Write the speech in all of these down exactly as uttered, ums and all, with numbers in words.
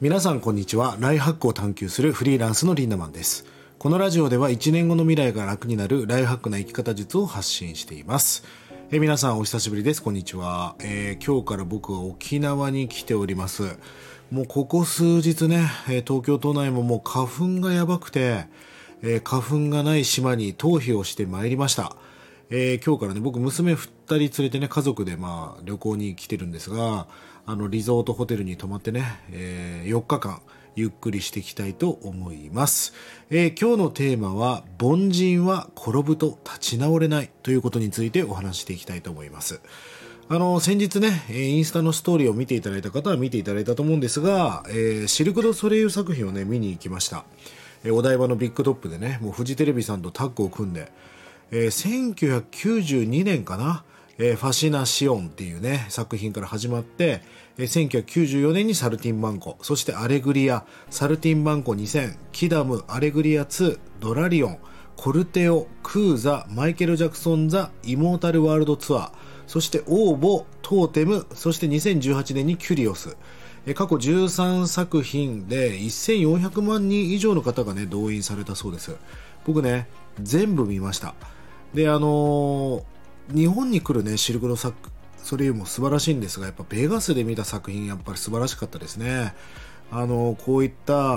皆さんこんにちは。ライフハックを探求するフリーランスのリンダマンです。このラジオではいちねんごの未来が楽になるライフハックな生き方術を発信しています。え皆さんお久しぶりです。こんにちは。えー、今日から僕は沖縄に来ております。もうここ数日ね、東京都内ももう花粉がやばくて、えー、花粉がない島に逃避をしてまいりました。えー、今日からね、僕娘ふたり連れてね、家族でまあ旅行に来てるんですが、あのリゾートホテルに泊まってね、えー、よっかかんゆっくりしていきたいと思います。えー、今日のテーマは、凡人は転ぶと立ち直れないということについてお話していきたいと思います。あの先日ね、インスタのストーリーを見ていただいた方は見ていただいたと思うんですが、えー、シルク・ドゥ・ソレイユ作品をね見に行きました。えー、お台場のビッグトップでね、もうフジテレビさんとタッグを組んで、えー、せんきゅうひゃくきゅうじゅうにねんかな、えー、ファシナシオンっていうね作品から始まって、えー、せんきゅうひゃくきゅうじゅうよねんにサルティンバンコ、そしてアレグリア、サルティンバンコにせん、キダム、アレグリアツー、ドラリオン、コルテオ、クーザ、マイケル・ジャクソン・ザ・イモータル・ワールド・ツアー、そしてオーボ、トーテム、そしてにせんじゅうはちねんにキュリオス、えー、過去じゅうさんさく品でせんよんひゃくまんにん以上の方がね動員されたそうです。僕ね全部見ました。であのー、日本に来るねシルク・ドゥ・ソレイユも素晴らしいんですが、やっぱベガスで見た作品やっぱり素晴らしかったですね。あのー、こういった、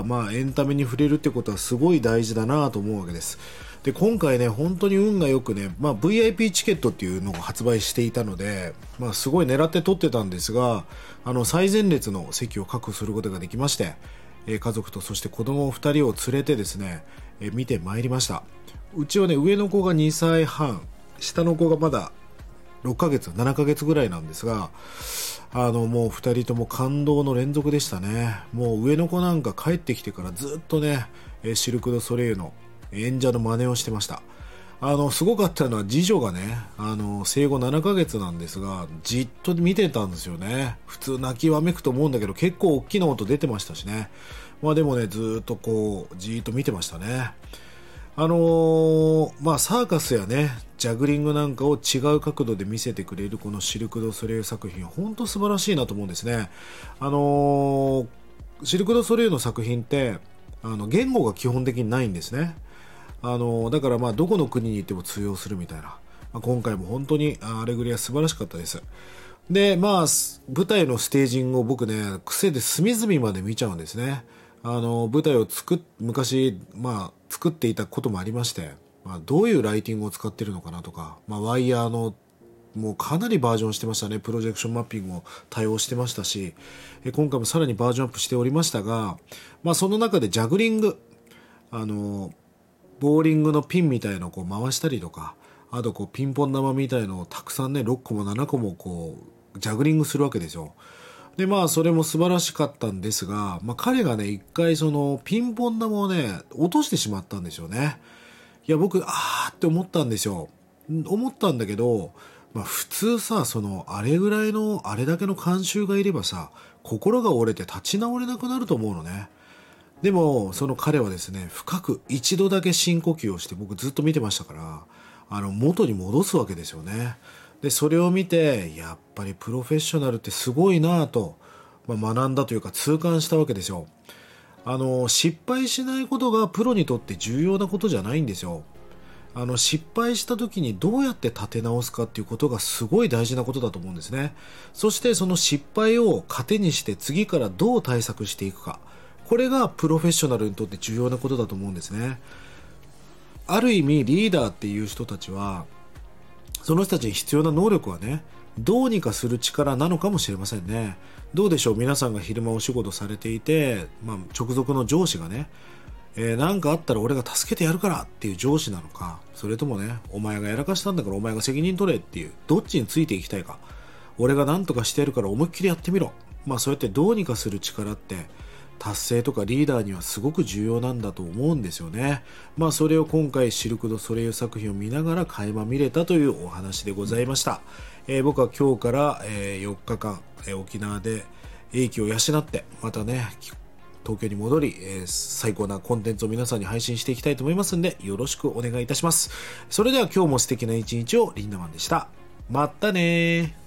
まあ、エンタメに触れるってことはすごい大事だなと思うわけです。で今回ね本当に運がよくね、まあ、ブイアイピー チケットっていうのを発売していたので、まあ、すごい狙って取ってたんですが、あの最前列の席を確保することができまして、えー、家族とそして子供ふたりを連れてですね、えー、見てまいりました。うちはね上の子がにさいはん、下の子がまだろっかげつななかげつぐらいなんですが、あのもうふたりとも感動の連続でしたね。もう上の子なんか帰ってきてからずっとねシルク・ドゥ・ソレイユの演者の真似をしてました。あのすごかったのは次女がね、あの生後ななかげつなんですがじっと見てたんですよね。普通泣きわめくと思うんだけど結構大きな音出てましたしね。まあでもねずっとこうじーっと見てましたね。あのー、まあサーカスやねジャグリングなんかを違う角度で見せてくれるこのシルク・ドゥ・ソレイユ作品は本当素晴らしいなと思うんですね。あのー、シルク・ドゥ・ソレイユの作品ってあの言語が基本的にないんですね。あのー、だからまあどこの国に行っても通用するみたいな、まあ、今回も本当にアレグリア素晴らしかったです。でまあ舞台のステージングを僕ね癖で隅々まで見ちゃうんですね。あの舞台を作っ昔、まあ、作っていたこともありまして、まあ、どういうライティングを使ってるのかなとか、まあ、ワイヤーのもうかなりバージョンしてましたね。プロジェクションマッピングも対応してましたし、今回もさらにバージョンアップしておりましたが、まあ、その中でジャグリング、あのボーリングのピンみたいのをこう回したりとか、あとこうピンポン玉みたいのをたくさんねろっこもななこもこうジャグリングするわけですよ。でまあそれも素晴らしかったんですが、まあ、彼がね一回そのピンポン玉をね落としてしまったんですよね。いや僕あーって思ったんですよ。思ったんだけど、まあ、普通さそのあれぐらいのあれだけの観衆がいればさ心が折れて立ち直れなくなると思うのね。でもその彼はですね深く一度だけ深呼吸をして、僕ずっと見てましたからあの元に戻すわけですよね。でそれを見てやっぱりプロフェッショナルってすごいなぁと、まあ、学んだというか痛感したわけですよ。あの失敗しないことがプロにとって重要なことじゃないんですよ。あの失敗した時にどうやって立て直すかっていうことがすごい大事なことだと思うんですね。そしてその失敗を糧にして次からどう対策していくか、これがプロフェッショナルにとって重要なことだと思うんですね。ある意味リーダーっていう人たちはその人たちに必要な能力はねどうにかする力なのかもしれませんね。どうでしょう、皆さんが昼間お仕事されていて、まあ、直属の上司がね、えー、なんかあったら俺が助けてやるからっていう上司なのか、それともねお前がやらかしたんだからお前が責任取れっていう、どっちについていきたいか、俺が何とかしてやるから思いっきりやってみろ、まあそうやってどうにかする力って達成とかリーダーにはすごく重要なんだと思うんですよね。まあそれを今回シルク・ドゥ・ソレイユ作品を見ながら垣間見れたというお話でございました。えー、僕は今日から、えー、よっかかん、えー、沖縄で英気を養ってまたね東京に戻り、えー、最高なコンテンツを皆さんに配信していきたいと思いますんでよろしくお願いいたします。それでは今日も素敵な一日を。リンダマンでした。またねー。